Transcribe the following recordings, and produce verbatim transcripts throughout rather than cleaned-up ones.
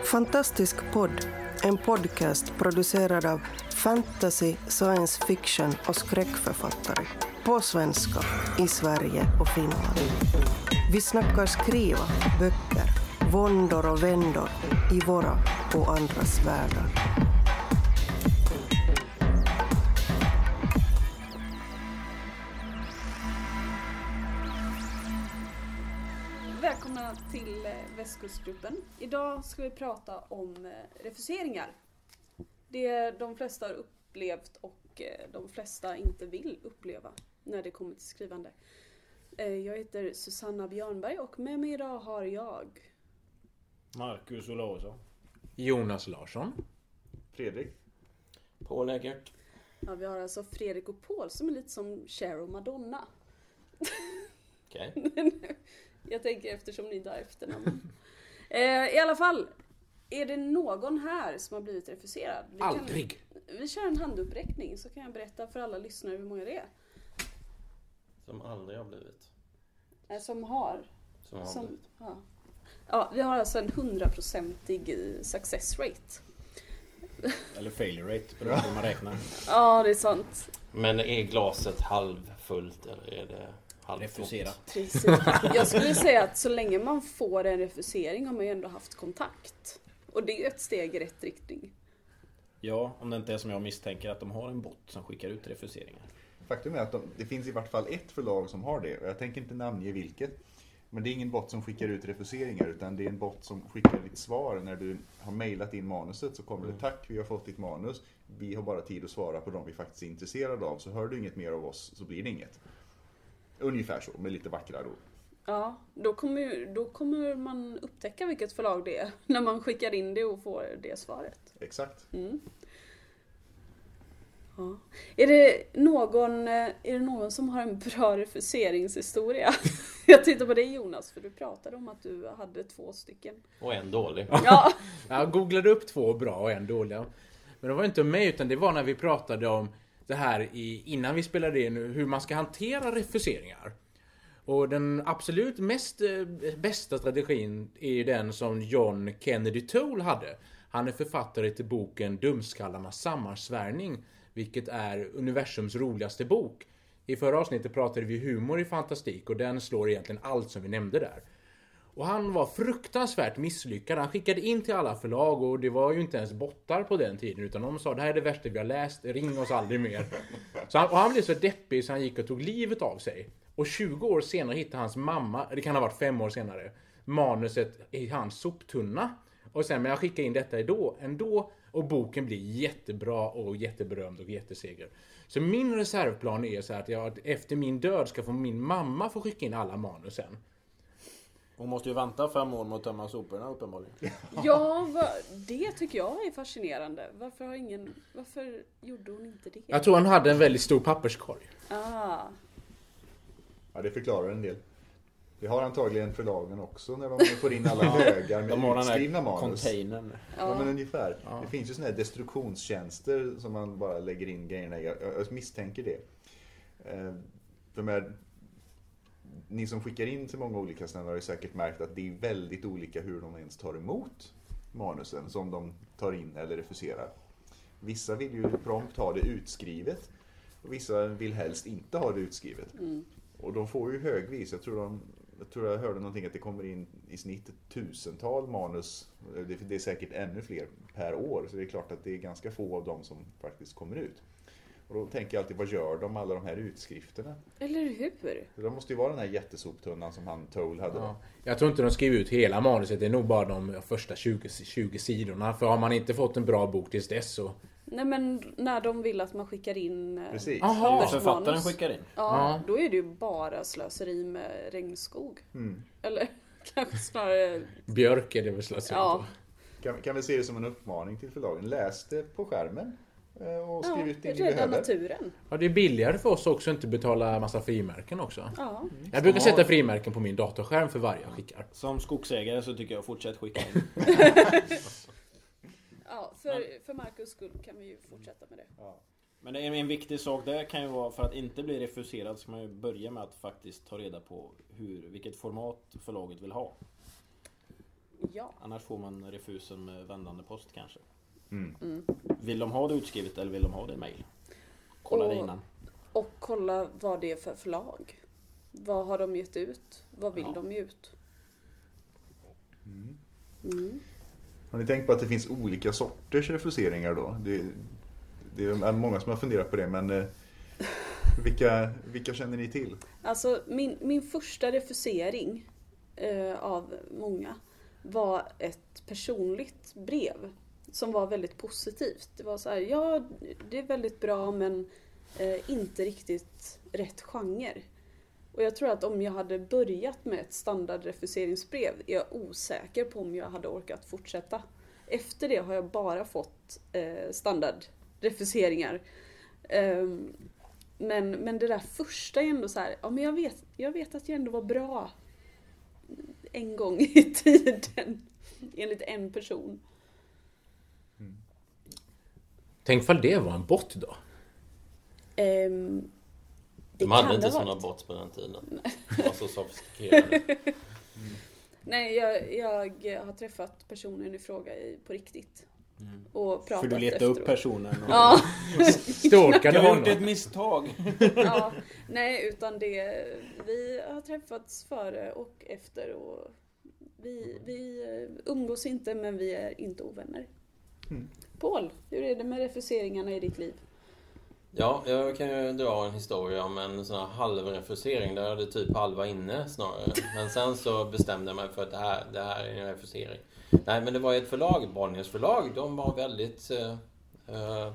Fantastisk podd, en podcast producerad av fantasy, science fiction och skräckförfattare. På svenska, i Sverige och Finland. Vi snackar skriva, böcker, våndor och vändor i våra och andras världar. Välkomna till Västkustgruppen. Idag ska vi prata om refuseringar. Det de flesta har upplevt och de flesta inte vill uppleva när det kommer till skrivande. Jag heter Susanna Björnberg och med mig idag har jag Marcus Olausson, Jonas Larsson, Fredrik, Paul Eggert. Ja, vi har alltså Fredrik och Paul som är lite som Cher och Madonna. Okej. Okay. Jag tänker eftersom ni där efternamn. eh, I alla fall, är det någon här som har blivit refuserad? Vi Aldrig. Kan, vi kör en handuppräckning så kan jag berätta för alla lyssnare hur många det är. Som aldrig har blivit. Eh, som har. Som har som, blivit. Ja. ja, vi har alltså en hundraprocentig success rate. Eller failure rate, beroende på hur man räknar. Ja, det är sant. Men är glaset halvfullt eller är det halvtomt? Refuserat. Precis. Jag skulle säga att så länge man får en refusering har man ju ändå haft kontakt. Och det är ju ett steg i rätt riktning. Ja, om det inte är som jag misstänker att de har en bot som skickar ut refuseringar. faktum är att de, det finns i vart fall ett förlag som har det. Och jag tänker inte namnge vilket. Men det är ingen bot som skickar ut refuseringar utan det är en bot som skickar ditt svar. När du har mejlat in manuset så kommer det: tack, vi har fått ditt manus. Vi har bara tid att svara på de vi faktiskt är intresserade av. Så hör du inget mer av oss så blir det inget. Ungefär så, med lite vackrare ord. Ja, då kommer, då kommer man upptäcka vilket förlag det är när man skickar in det och får det svaret. Exakt. Mm. Ja. Är det någon, är det någon som har en bra refuseringshistoria? Jag tittar på dig Jonas, för du pratade om att du hade två stycken. Och en dålig. Ja. Jag googlade upp två bra och en dålig. Men det var inte mig utan det var när vi pratade om det här i, innan vi spelade in hur man ska hantera refuseringar. Och den absolut mest bästa strategin är den som John Kennedy Toole hade. Han är författare till boken Dumskallarnas sammansvärjning, vilket är universums roligaste bok. I förra avsnittet pratade vi humor i fantastik och den slår egentligen allt som vi nämnde där. Och han var fruktansvärt misslyckad. Han skickade in till alla förlag och det var ju inte ens bottar på den tiden. Utan de sa: det här är det värsta vi har läst, ring oss aldrig mer. Så han, och han blev så deppig så han gick och tog livet av sig. Och tjugo år senare hittade hans mamma, det kan ha varit fem år senare, manuset i hans soptunna. Och sen, men jag skickar in detta ändå, ändå och boken blir jättebra och jätteberömd och jätteseger. Så min reservplan är så här att jag efter min död ska få min mamma få skicka in alla manusen. Hon måste ju vänta fem år med att tömma soporna uppenbarligen. Ja, va, det tycker jag är fascinerande. Varför har ingen, varför gjorde hon inte det? Jag tror han hade en väldigt stor papperskorg. Ah. Ja, det förklarar en del. Det har antagligen förlagen också när de får in alla högar med De har den utskrivna här manus. containern. Ja, men ungefär. Ja. Det finns ju såna här destruktionstjänster som man bara lägger in grejerna i. Jag, jag misstänker det. Eh, de här, ni som skickar in till många olika ställen har ju säkert märkt att det är väldigt olika hur de ens tar emot manusen som de tar in eller refuserar. Vissa vill ju prompt ha det utskrivet och vissa vill helst inte ha det utskrivet. Mm. Och de får ju högvis, jag tror, de, jag tror jag hörde någonting att det kommer in i snitt ett tusental manus, det, det är säkert ännu fler per år, så det är klart att det är ganska få av dem som faktiskt kommer ut. Och då tänker jag alltid, vad gör de alla de här utskrifterna? Eller hur? Det måste ju vara den här jättesoptunnan som han Toole hade. Ja. Jag tror inte de skriver ut hela manuset, det är nog bara de första tjugo, tjugo sidorna. För har man inte fått en bra bok tills dess så... Nej, men när de vill att man skickar in... Precis. Aha. Författaren skickar in. Ja, Ja. då är det ju bara slöseri med regnskog. Mm. Eller kanske snarare... Björk är det väl slås Ja. på. Kan, kan vi se det som en uppmaning till förlagen. Läs det på skärmen eh, och skriv Ja, ut det ni rädda behöver. naturen. Ja, det är billigare för oss också att inte betala massa frimärken också. Ja. Jag brukar Ja. sätta frimärken på min datorskärm för varje jag skickar. Som skogsägare så tycker jag fortsätt skicka in. Ja, för, för Marcus skull kan vi ju fortsätta med det. Ja. Men det är en viktig sak där kan ju vara, för att inte bli refuserad ska man ju börja med att faktiskt ta reda på hur, vilket format förlaget vill ha. Ja. Annars får man refusen med vändande post kanske. Mm. Mm. Vill de ha det utskrivet eller vill de ha det i mail? Kolla Och- det innan. Och kolla vad det är för förlag. Vad har de gett ut? Vad vill Ja. de ge ut? Mm. Mm. Har ni tänkt på att det finns olika sorters refuseringar då? Det, det är många som har funderat på det, men eh, vilka, vilka känner ni till? Alltså min, min första refusering eh, av många var ett personligt brev som var väldigt positivt. Det var så här, ja det är väldigt bra men eh, inte riktigt rätt genre. Och jag tror att om jag hade börjat med ett standardrefuseringsbrev är jag osäker på om jag hade orkat fortsätta. Efter det har jag bara fått eh, standardrefuseringar. Um, Men, men det där första är ändå så här, ja men jag vet, jag vet att jag ändå var bra en gång i tiden, enligt en person. Tänk ifall det var en bot då. Ehm, det De hade kan inte ha sådana varit. bots på den tiden. De var så sofistikerade. Nej, jag, jag har träffat personen i fråga i, på riktigt. Och pratat För du letar efteråt. upp personen. Och... Ja, Stalkade Jag har gjort ett honom. misstag. ja, nej utan det, vi har träffats före och efter och vi, vi umgås inte men vi är inte ovänner. Mm. Paul, hur är det med refuseringarna i ditt liv? Ja, jag kan ju dra en historia om en sån här halvrefusering där jag hade typ halva inne snarare. Men sen så bestämde jag mig för att det här, det här är en refusering. Nej, men det var ett förlag, Bonniers förlag. De var väldigt eh, eh,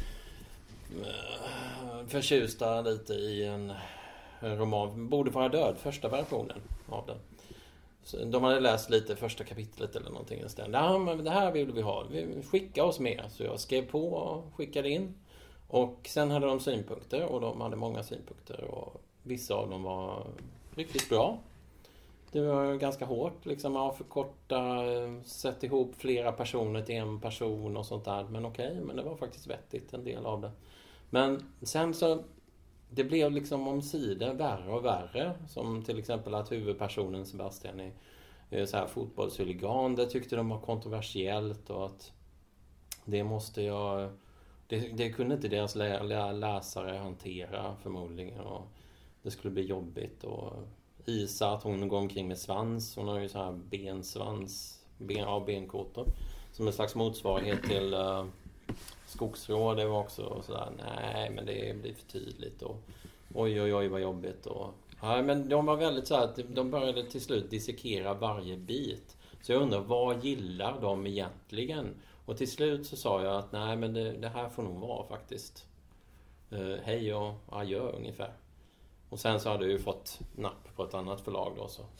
förtjusta lite i en roman, Borde vara död, första versionen av den. Så de hade läst lite första kapitlet eller någonting. Ja, men det här vill vi ha. Vi skicka oss mer. Så jag skrev på och skickade in. Och sen hade de synpunkter och de hade många synpunkter och vissa av dem var riktigt bra. Det var ganska hårt liksom att förkorta, sätta ihop flera personer till en person och sånt där. Men okej, men det var faktiskt vettigt en del av det. Men sen så, det blev liksom om sidor värre och värre. Som till exempel att huvudpersonen Sebastian är, är så här fotbollshuligan. Det tyckte de var kontroversiellt och att det måste jag... Det, det kunde inte deras lä, lä, läsare hantera förmodligen och det skulle bli jobbigt. Och Isa, att hon går omkring med svans. Hon har ju så här bensvans, ben, ja, benkotor. Som en slags motsvarighet till uh, skogsrå. Det var också sådär, nej men det blir för tydligt. Och oj oj oj vad jobbigt. Och, ja, men de var väldigt så här att de började till slut dissekera varje bit. Så jag undrar, vad gillar de egentligen? Och till slut så sa jag att nej men det, det här får nog vara faktiskt. Uh, hej och adjö ungefär. Och sen så hade jag ju fått napp på ett annat förlag då så.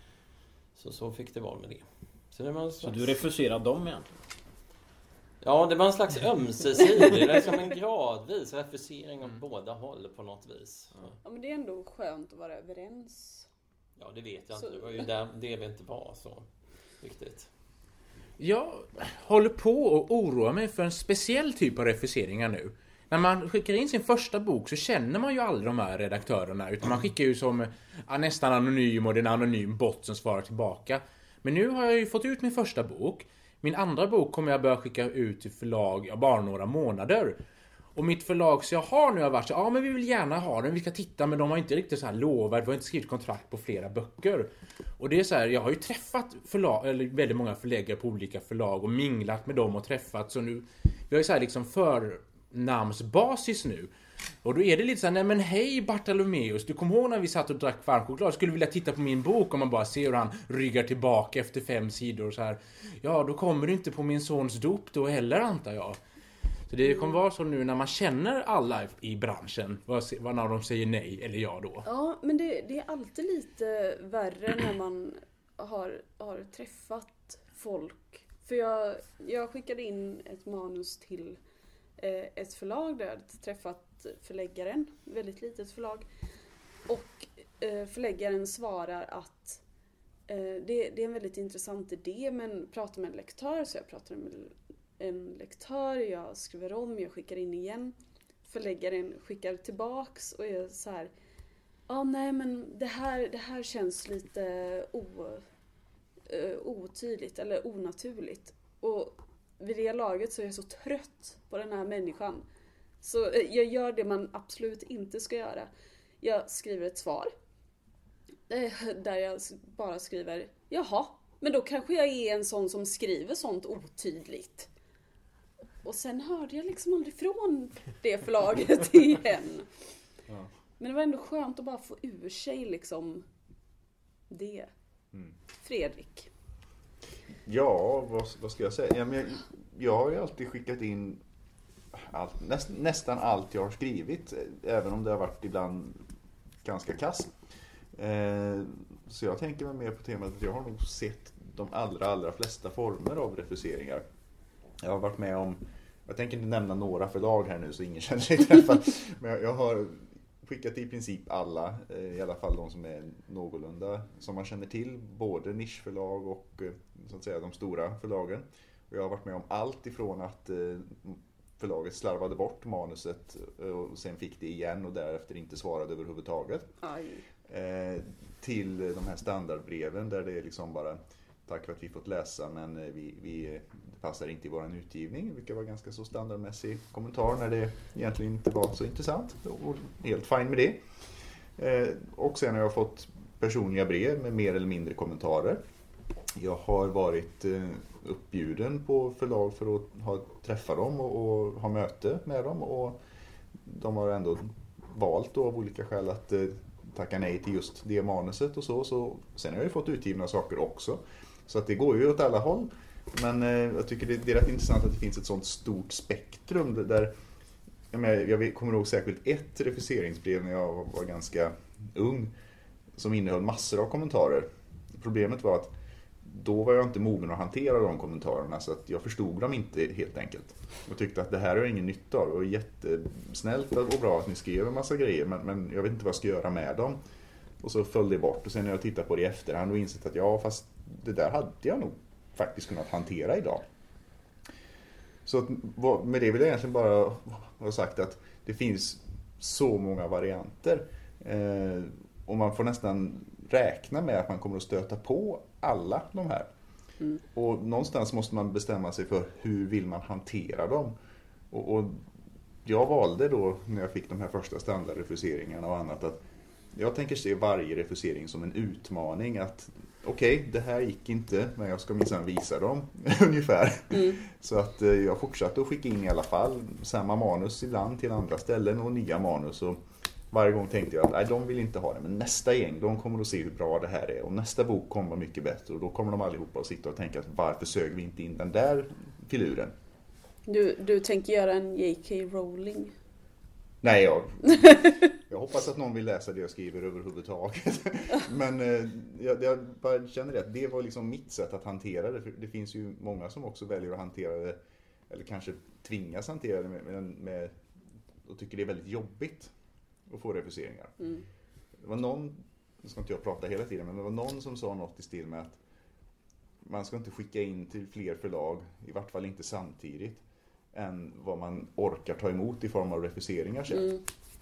Så, så fick det vara med det. Så, det var en slags... Så du refuserar dem egentligen? Ja, det var en slags ömsesidig. Det är som en gradvis refusering av båda håll på något vis. Ja, Ja men det är ändå skönt att vara överens. ja det vet jag Så- inte. Det var ju där det vi inte var så riktigt. Jag håller på och oroar mig för en speciell typ av refuseringar nu. När man skickar in sin första bok så känner man ju aldrig de här redaktörerna. Utan man skickar ju som ja, nästan anonym och det är en anonym bot som svarar tillbaka. Men nu har jag ju fått ut min första bok. Min andra bok kommer jag börja skicka ut till förlag ja, bara några månader. Och mitt förlag så jag har nu har varit så ja men vi vill gärna ha den, vi ska titta men de har inte riktigt så här lovat, vi har inte skrivit kontrakt på flera böcker. Och det är så här, jag har ju träffat förlag, eller väldigt många förläggare på olika förlag och minglat med dem och träffat så nu, vi har ju så här liksom förnamnsbasis nu. Och då är det lite så här, nej men hej Bartolomeus, du kommer ihåg när vi satt och drack varmchoklad, skulle vilja titta på min bok och man bara ser hur han ryggar tillbaka efter fem sidor och så här. Ja, då kommer du inte på min sons dop då heller antar jag. Så det kommer vara så nu när man känner alla i branschen, vad, vad när de säger nej eller ja då. Ja, men det, det är alltid lite värre när man har, har träffat folk. För jag, jag skickade in ett manus till eh, ett förlag där jag hade träffat förläggaren, väldigt litet förlag. Och eh, förläggaren svarar att eh, det, det är en väldigt intressant idé men prata med en lektör, så jag pratar med en lektör, jag skriver om, jag skickar in igen. Förläggaren skickar tillbaks och är så här: ja ah, nej men det här, det här känns lite o, uh, otydligt eller onaturligt. Och vid det laget så är jag så trött på den här människan. Så uh, jag gör det man absolut inte ska göra. Jag skriver ett svar. Uh, där jag bara skriver, jaha, men då kanske jag är en sån som skriver sånt otydligt. Och sen hörde jag liksom aldrig från det förlaget igen. Ja. Men det var ändå skönt att bara få ur sig liksom det. Mm. Fredrik. Ja, vad, vad ska jag säga? Ja, men jag, jag har ju alltid skickat in allt, näst, nästan allt jag har skrivit. Även om det har varit ibland ganska kass. Eh, så jag tänker mig mer på temat att jag har nog sett de allra, allra flesta former av refuseringar. Jag har varit med om, jag tänker inte nämna några förlag här nu så ingen känner sig träffad. Men jag, jag har skickat i princip alla, i alla fall de som är någorlunda som man känner till. Både nischförlag och så att säga de stora förlagen. Och jag har varit med om allt ifrån att förlaget slarvade bort manuset och sen fick det igen och därefter inte svarade överhuvudtaget. Aj. Till de här standardbreven där det är liksom bara tack för att vi fått läsa men vi, vi, det passar inte i våran utgivning. Vilket var ganska så standardmässig kommentar när det egentligen inte var så intressant. Och helt fine med det. Eh, och sen har jag fått personliga brev med mer eller mindre kommentarer. Jag har varit eh, uppbjuden på förlag för att ha, träffa dem och, och ha möte med dem. Och de har ändå valt då, av olika skäl att eh, tacka nej till just det manuset och så. så. Sen har jag ju fått utgivna saker också. Så att det går ju åt alla håll. Men eh, jag tycker det, det är rätt intressant att det finns ett sånt stort spektrum. Där, jag, menar, jag kommer ihåg särskilt ett refuseringsbrev när jag var, var ganska ung. Som innehöll massor av kommentarer. Problemet var att då var jag inte mogen att hantera de kommentarerna. Så att jag förstod dem inte helt enkelt. Och tyckte att det här är ingen nytta av. Det var jättesnällt och bra att ni skrev en massa grejer. Men, men jag vet inte vad jag ska göra med dem. Och så föll det bort. Och sen när jag tittade på det i efterhand och insett att ja, fast det där hade jag nog faktiskt kunnat hantera idag. Så att, med det vill jag egentligen bara ha sagt att det finns så många varianter. Eh, och man får nästan räkna med att man kommer att stöta på alla de här. Mm. Och någonstans måste man bestämma sig för hur vill man hantera dem. Och, och jag valde då när jag fick de här första standardrefuseringarna och annat att jag tänker se varje refusering som en utmaning att okej, okay, det här gick inte men jag ska minsann visa dem ungefär. Mm. Så att eh, jag fortsatte att skicka in i alla fall samma manus ibland till andra ställen och nya manus och varje gång tänkte jag att nej, de vill inte ha det men nästa gäng, de kommer att se hur bra det här är och nästa bok kommer vara mycket bättre och då kommer de allihopa att sitta och tänka att varför sög vi inte in den där filuren? Du, du tänker göra en J K Rowling? Nej, jag, jag hoppas att någon vill läsa det jag skriver överhuvudtaget. Men eh, jag, jag bara känner det att det var liksom mitt sätt att hantera det. För det finns ju många som också väljer att hantera det, eller kanske tvingas hantera det med, med, med och tycker det är väldigt jobbigt att få refuseringar. Mm. Det var någon, nu ska inte jag prata hela tiden, men det var någon som sa något i stil med att man ska inte skicka in till fler förlag, i vart fall inte samtidigt, än vad man orkar ta emot i form av refuseringar sen. Mm.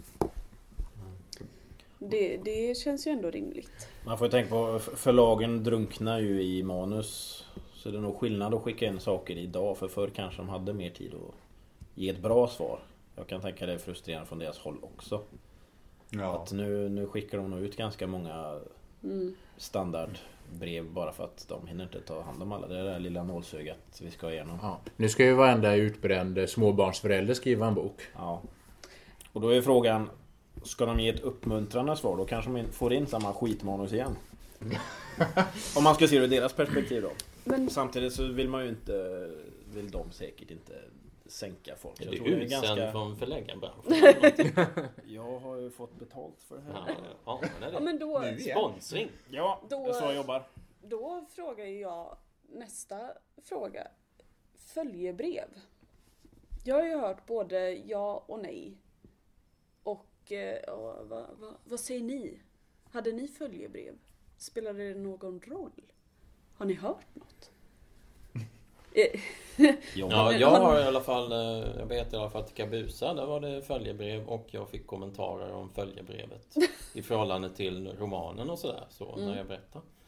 Det, det känns ju ändå rimligt. Man får ju tänka på, förlagen drunknar ju i manus. Så det är nog skillnad att skicka in saker idag. För förr kanske de hade mer tid att ge ett bra svar. Jag kan tänka det är frustrerande från deras håll också. Ja. Att nu, nu skickar de nog ut ganska många mm. standardbrev bara för att de hinner inte ta hand om alla. Det är det där lilla nålsögat vi ska igenom. Ja. Nu ska ju varenda utbränd småbarnsförälder skriva en bok. Ja. Och då är frågan, ska de ge ett uppmuntrande svar? Då kanske de får in samma skitmanus igen. Om man ska se det ur deras perspektiv då. Men samtidigt så vill man ju inte, vill de säkert inte sänka folk. Är det utsänd det ganska... från förläggarbranschen? Jag har ju fått betalt för det här. Ja, ja, men, ja, men då... Sponsring. Ja, då, det är så jag jobbar. Då frågar jag nästa fråga. Följebrev. Jag har ju hört både ja och nej. Och, och vad, vad, vad säger ni? Hade ni följebrev? Spelade det någon roll? Har ni hört något? Ja, jag har i alla fall, jag vet i alla fall att Kabusa, där var det följebrev och jag fick kommentarer om följebrevet i förhållande till romanen och sådär, så mm. när jag berättar.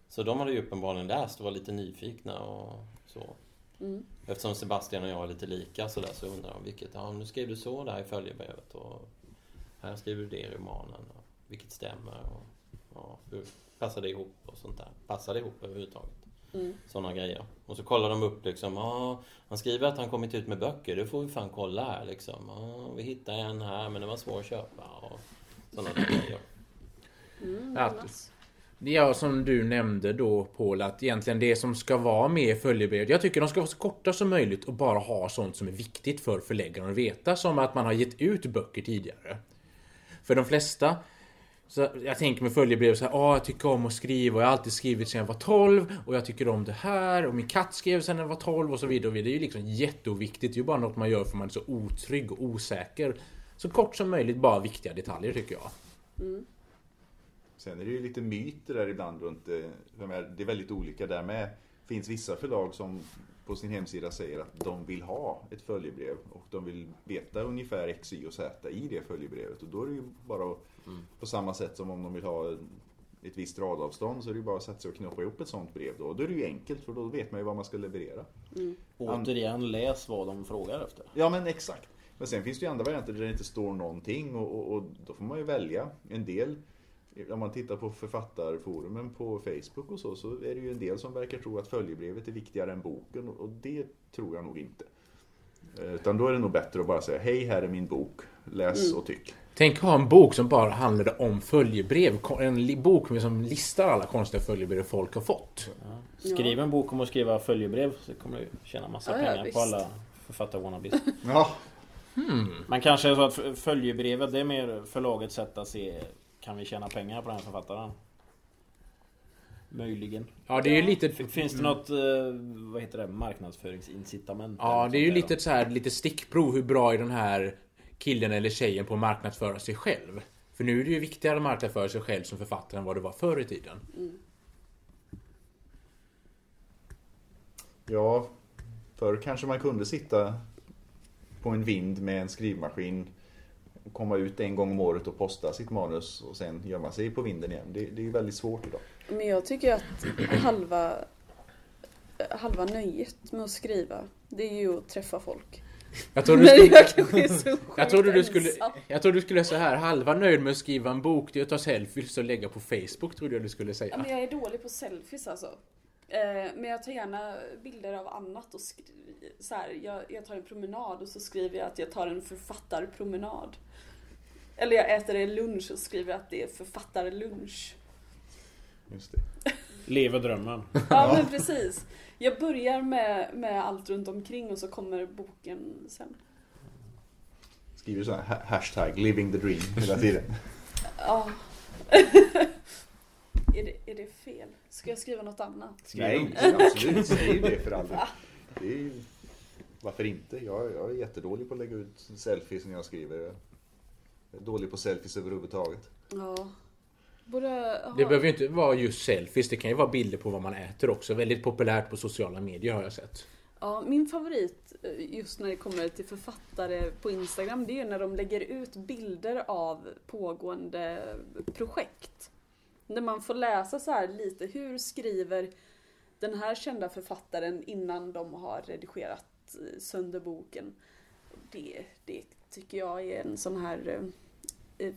Så de hade ju uppenbarligen läst och var lite nyfikna och så. Mm. Eftersom Sebastian och jag är lite lika så där, så undrar de vilket, ja nu skrev du så där i följebrevet och här skriver du det i romanen och vilket stämmer och ja, hur passar det ihop och sånt där. Passar det ihop överhuvudtaget? Mm. Sådana grejer. Och så kollar de upp liksom, ja, han skriver att han kommit ut med böcker, det får vi fan kolla här liksom. Ja, vi hittar en här men det var svår att köpa och sådana grejer. Mm, Att, ja, som du nämnde då Paul, att egentligen det som ska vara med i följebrevet, jag tycker de ska vara så korta som möjligt och bara ha sånt som är viktigt för förläggaren att veta, som att man har gett ut böcker tidigare. För de flesta, så jag tänker med följebrev så här, ah, jag tycker om att skriva och jag har alltid skrivit sedan jag var tolv och jag tycker om det här och min katt skrev sedan jag var tolv och så vidare och vidare. Det är ju liksom jätteoviktigt, det är ju bara något man gör för man är så otrygg och osäker. Så kort som möjligt, bara viktiga detaljer tycker jag. Mm. Sen är det ju lite myter där ibland runt det. Det är väldigt olika där med. Det finns vissa förlag som på sin hemsida säger att de vill ha ett följebrev och de vill veta ungefär X, Y och Z i det följebrevet. Och då är det ju bara mm. på samma sätt som om de vill ha ett visst radavstånd, så är det ju bara att sätta sig och knoppa ihop ett sånt brev då. Och då är det ju enkelt, för då vet man ju vad man ska leverera. Mm. Återigen, läs vad de frågar efter. Ja, men exakt. Men sen finns det ju andra varianter där det inte står någonting och, och, och då får man ju välja. En del, om man tittar på författarforumen på Facebook och så, så är det ju en del som verkar tro att följebrevet är viktigare än boken, och det tror jag nog inte. Utan då är det nog bättre att bara säga, hej, här är min bok, läs mm. och tyck. Tänk ha en bok som bara handlade om följebrev. En bok som listar alla konstiga följebrev folk har fått. Ja. Skriv en bok om att skriva följebrev, så kommer du tjäna massa ja, pengar ja, på alla författar-wannabes. Ja. Hmm. Men kanske är så att följebrevet, det är mer förlagets sätt att se, kan vi tjäna pengar på den här författaren? Möjligen. Ja, det är ju lite... Finns det något, vad heter det, marknadsföringsincitament? Ja, det är ju lite så här, lite stickprov hur bra är den här killen eller tjejen på att marknadsföra sig själv. För nu är det ju viktigare att marknadsföra sig själv som författare än vad det var förr i tiden. Mm. Ja, förr kanske man kunde sitta på en vind med en skrivmaskin, komma ut en gång om året och posta sitt manus och sen gömma sig på vinden igen. Det, det är ju väldigt svårt idag. Men jag tycker att halva, halva nöjet med att skriva, det är ju att träffa folk. Jag tror du skulle, jag trodde du skulle, jag trodde du skulle säga här, halva nöjd med att skriva en bok, det är att ta selfies och lägga på Facebook, trodde jag du skulle säga. Ja, men jag är dålig på selfies alltså. Men jag tar gärna bilder av annat och skri- så här, jag, jag tar en promenad och så skriver jag att jag tar en författarpromenad. Eller jag äter en lunch och skriver att det är författarlunch. Just det. Lever drömmen. Ja, men precis. Jag börjar med, med allt runt omkring och så kommer boken sen. Skriver så här hashtag living the dream hela tiden. Ja. Är det, är det fel? Ska jag skriva något annat? Nej, absolut. Säg det för alla. Det är ju, varför inte? Jag, jag är jättedålig på att lägga ut selfies när jag skriver. Jag är dålig på selfies överhuvudtaget. Ja. Borde, det behöver ju inte vara just selfies. Det kan ju vara bilder på vad man äter också. Väldigt populärt på sociala medier har jag sett. Ja, min favorit just när det kommer till författare på Instagram, det är ju när de lägger ut bilder av pågående projekt. Där man får läsa så här lite, hur skriver den här kända författaren innan de har redigerat sönder boken. Det, det tycker jag är en sån här eh,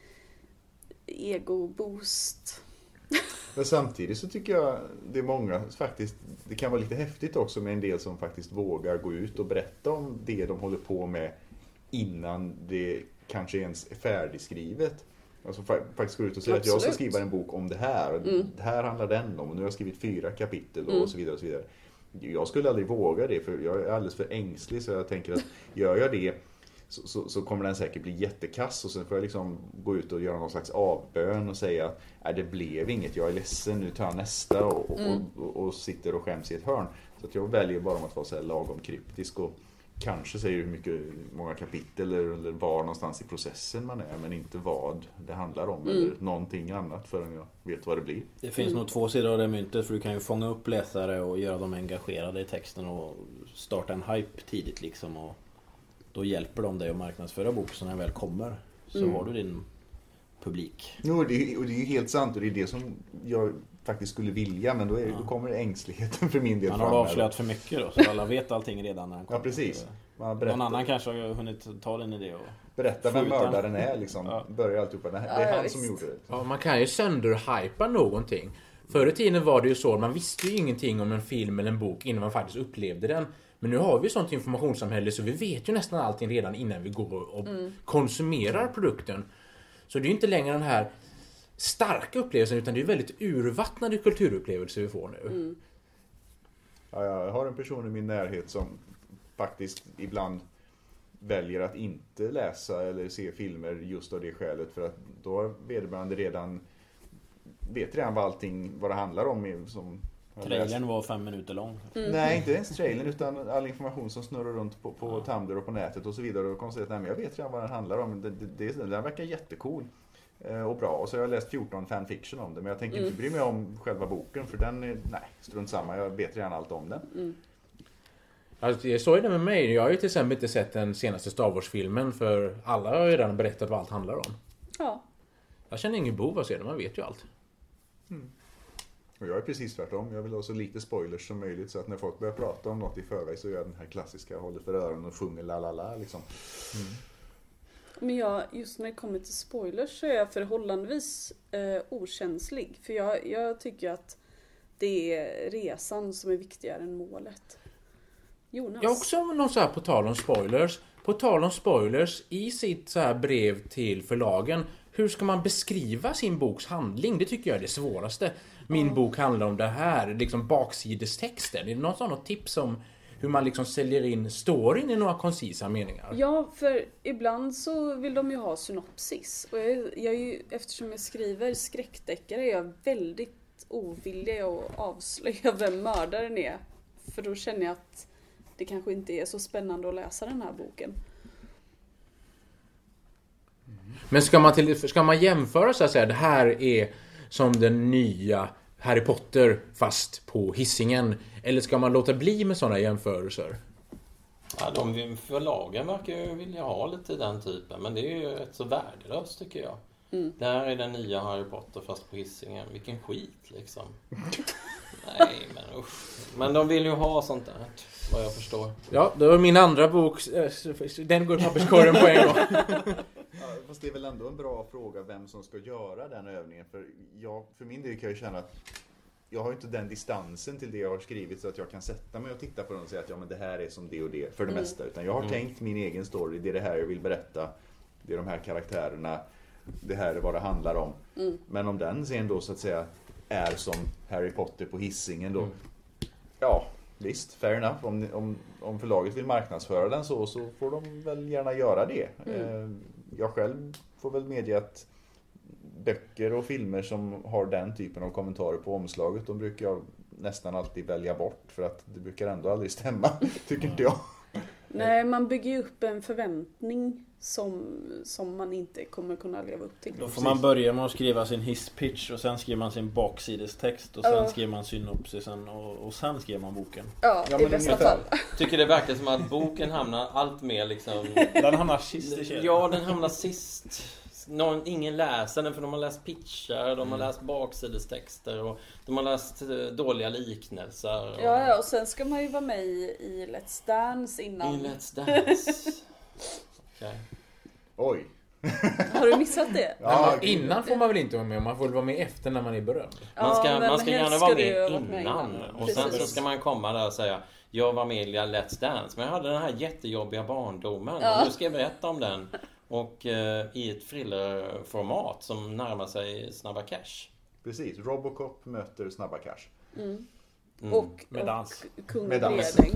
ego-boost. Men samtidigt så tycker jag det är många faktiskt, det kan vara lite häftigt också med en del som faktiskt vågar gå ut och berätta om det de håller på med innan det kanske ens är färdigskrivet. Alltså faktiskt gå ut och säga att jag ska skriva en bok om det här. Mm. Det här handlar den om. Och nu har jag skrivit fyra kapitel och, mm. och så vidare och så vidare. Jag skulle aldrig våga det, för jag är alldeles för ängslig, så jag tänker att gör jag det så, så, så kommer den säkert bli jättekass, och sen får jag liksom gå ut och göra någon slags avbön och säga att det blev inget, jag är ledsen, nu tar jag nästa och, mm. och, och, och sitter och skäms i ett hörn. Så att jag väljer bara om att vara så här lagom kryptisk och kanske säger hur mycket, många kapitel eller, eller var någonstans i processen man är, men inte vad det handlar om mm. eller någonting annat förrän jag vet vad det blir. Det finns mm. nog två sidor av det myntet, för du kan ju fånga upp läsare och göra dem engagerade i texten och starta en hype tidigt liksom, och då hjälper de dig att marknadsföra boken så när den väl kommer, så mm. har du din publik. Jo, det är, och det är ju helt sant, och det är det som jag faktiskt skulle vilja, men då, är, då kommer ängsligheten för min del. Man har avslöjat för mycket då, så alla vet allting redan när han kommer. Ja, precis. Man Någon annan kanske har hunnit ta den idé och berätta vem mördaren är liksom. Ja. Börjar alltihopa. Det är Ja, han visst. som gjorde det. Ja, man kan ju sönderhypa någonting. Förr i tiden var det ju så, man visste ju ingenting om en film eller en bok innan man faktiskt upplevde den. Men nu har vi sånt informationssamhälle så vi vet ju nästan allting redan innan vi går och Mm. konsumerar produkten. Så det är ju inte längre den här starka upplevelsen, utan det är väldigt urvattnade kulturupplevelser vi får nu. Mm. Ja, jag har en person i min närhet som faktiskt ibland väljer att inte läsa eller se filmer just av det skälet, för att då har vederbörande redan vet redan vad allting, vad det handlar om som trailern var fem minuter lång. Mm. Nej, inte ens trailern utan all information som snurrar runt på, på ja. Tumblr och på nätet och så vidare, och konstaterat att jag vet redan vad den handlar om. Det, det, det, den verkar jättecool och bra, och så har jag läst fjorton fanfiction om det, men jag tänker Mm. inte bry mig om själva boken, för den är, nej, strunt samma, jag vet redan allt om den. Mm. Alltså, så är det med mig. Jag har ju till exempel inte sett den senaste Star Wars-filmen, för alla har ju redan berättat vad allt handlar om. Ja. Jag känner ingen behov av att se det, man vet ju allt. Mm. Och jag är precis tvärtom. Jag vill ha så lite spoilers som möjligt, så att när folk börjar prata om något i förväg så gör jag den här klassiska, jag håller för öronen och sjunger la la la liksom. Mm. Men jag, just när det kommer till spoilers så är jag förhållandevis eh, okänslig. För jag, jag tycker att det är resan som är viktigare än målet. Jonas? Jag har också någon så här på tal om spoilers. På tal om spoilers, i sitt så här brev till förlagen, hur ska man beskriva sin boks handling? Det tycker jag är det svåraste. Min mm. bok handlar om det här, liksom baksidestexten. Är det något sådant tips om hur man liksom säljer in storyn i några koncisa meningar? Ja, för ibland så vill de ju ha synopsis. Och jag, jag är ju, eftersom jag skriver skräckdeckare är jag väldigt ovillig att avslöja vem mördaren är. För då känner jag att det kanske inte är så spännande att läsa den här boken. Men ska man, till, ska man jämföra så att säga, det här är som den nya Harry Potter fast på Hisingen, eller ska man låta bli med sådana jämförelser? Ja, de förlagen verkar ju vilja ha lite den typen, men det är ju rätt så värdelöst tycker jag. Mm. Det här är den nya Harry Potter fast på Hisingen. Vilken skit liksom. Nej, men usch. Men de vill ju ha sånt där, vad jag förstår. Ja, det var min andra bok. Den går i papperskorgen på en gång. Ja, fast det är väl ändå en bra fråga vem som ska göra den övningen. För, jag, för min del kan jag känna att jag har inte den distansen till det jag har skrivit så att jag kan sätta mig och titta på den och säga att ja, men det här är som det och det för det mm. mesta. Utan jag har mm. tänkt min egen story, det är det här jag vill berätta. Det är de här karaktärerna. Det här är vad det handlar om. Mm. Men om den sen då så att säga är som Harry Potter på Hisingen då. Mm. Ja, visst, fair enough. Om, om, om förlaget vill marknadsföra den så, så får de väl gärna göra det. Mm. Jag själv får väl medge att böcker och filmer som har den typen av kommentarer på omslaget, de brukar jag nästan alltid välja bort, för att det brukar ändå aldrig stämma, tycker inte jag. Nej, man bygger ju upp en förväntning som, som man inte kommer kunna leva upp till. Då får man börja med att skriva sin hisspitch och sen skriver man sin baksidestext och sen ja. skriver man synopsisen och, och sen skriver man boken. Ja, ja i bästa fall. Tycker det verkar som att boken hamnar allt mer liksom... Den hamnar sist i kedjan. Ja, den hamnar sist. Någon, ingen läser den för de har läst pitchar, de har läst baksidestexter och de har läst dåliga liknelser. Och... Ja, ja, och sen ska man ju vara med i, i Let's Dance innan. I Let's Dance. Okay. Oj. Har du missat det? Ja, innan får man väl inte vara med, man får väl vara med efter när man är berömd. Man ska, ja, man ska gärna vara med innan, med innan. Och sen så ska man komma där och säga jag var med i Let's Dance, men jag hade den här jättejobbiga barndomen ja. Och nu ska jag berätta om den. Och eh, i ett thrillerformat som närmar sig Snabba Cash. Precis, Robocop möter Snabba Cash. Mm. Mm. Och, med dans. Och Kung med dans. Bredäng.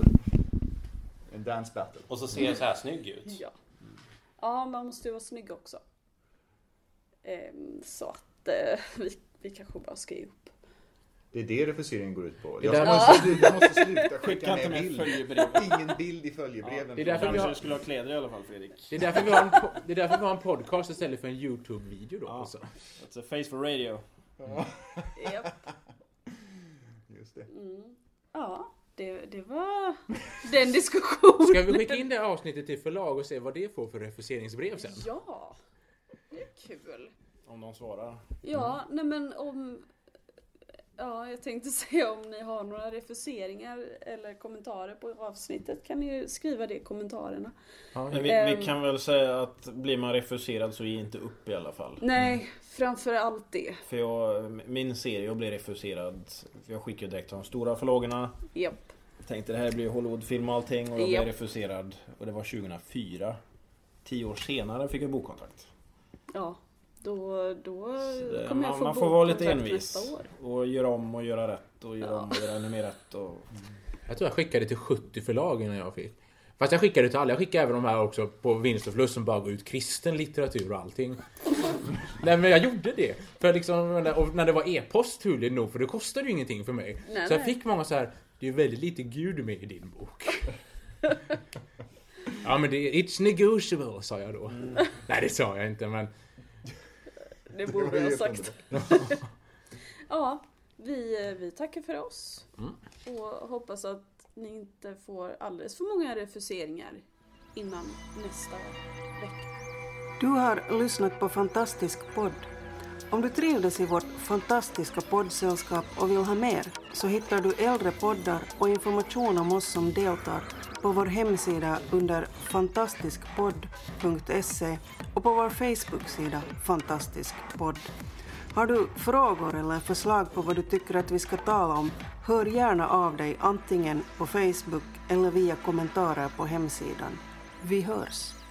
En dance battle. Och så ser det så här snygg ut. Ja, ja man måste ju vara snygg också. Ehm, så att eh, vi, vi kanske bara ska ge upp. Det är det refuseringen går ut på. Jag Jag måste, måste, jag måste sluta skicka inte med med bild. Ingen bild i följebreven. Ja, det är därför kanske vi har... du skulle ha kläder i alla fall, Fredrik. Det är därför vi har en, po- det är därför vi har en podcast istället för en YouTube-video då. Ja. Också. It's a face for radio. Ja. Yep. Just det. Mm. Ja, det, det var den diskussionen. Ska vi skicka in det avsnittet till förlag och se vad det får för refuseringsbrev sen? Ja, det är kul. Om de svarar. Ja, nej men om... Ja, jag tänkte säga om ni har några refuseringar eller kommentarer på avsnittet kan ni ju skriva det i kommentarerna. Ja, men vi, um, vi kan väl säga att blir man refuserad så ge inte upp i alla fall. Nej, mm. framför allt det. För jag, min serie jag blev refuserad. Jag skickade direkt till de stora förlagarna. Japp. Jag tänkte det här blir Hollywoodfilm och allting och jag Japp. blev refuserad. Och det var tjugohundrafyra. Tio år senare fick jag bokkontrakt. Ja. Då, då det, kommer man, jag få man får vara lite bokkontrakt envis nästa år. och göra om och göra rätt och göra Ja. om och göra ännu mer rätt och... Jag tror jag skickade till sjuttio förlag innan jag fick. Fast jag skickade till alla. Jag skickade även de här också på Vinst och förlust som bara går ut kristen litteratur och allting. Nej, men jag gjorde det. För liksom, och när det var e-post turligt nog, för det kostade ju ingenting för mig. Nej, så jag nej. fick många så här, det är väldigt lite Gud med i din bok. Ja, men det är, it's negotiable, sa jag då. Mm. Nej, det sa jag inte, men... Det borde jag ha sagt. Ja, vi, vi tackar för oss. Mm. Och hoppas att ni inte får alldeles för många refuseringar innan nästa vecka. Du har lyssnat på Fantastisk podd. Om du trivdes i vårt fantastiska poddsällskap och vill ha mer så hittar du äldre poddar och information om oss som deltar på vår hemsida under fantastiskpodd punkt se och på vår Facebook-sida Fantastisk podd. Har du frågor eller förslag på vad du tycker att vi ska tala om, hör gärna av dig antingen på Facebook eller via kommentarer på hemsidan. Vi hörs!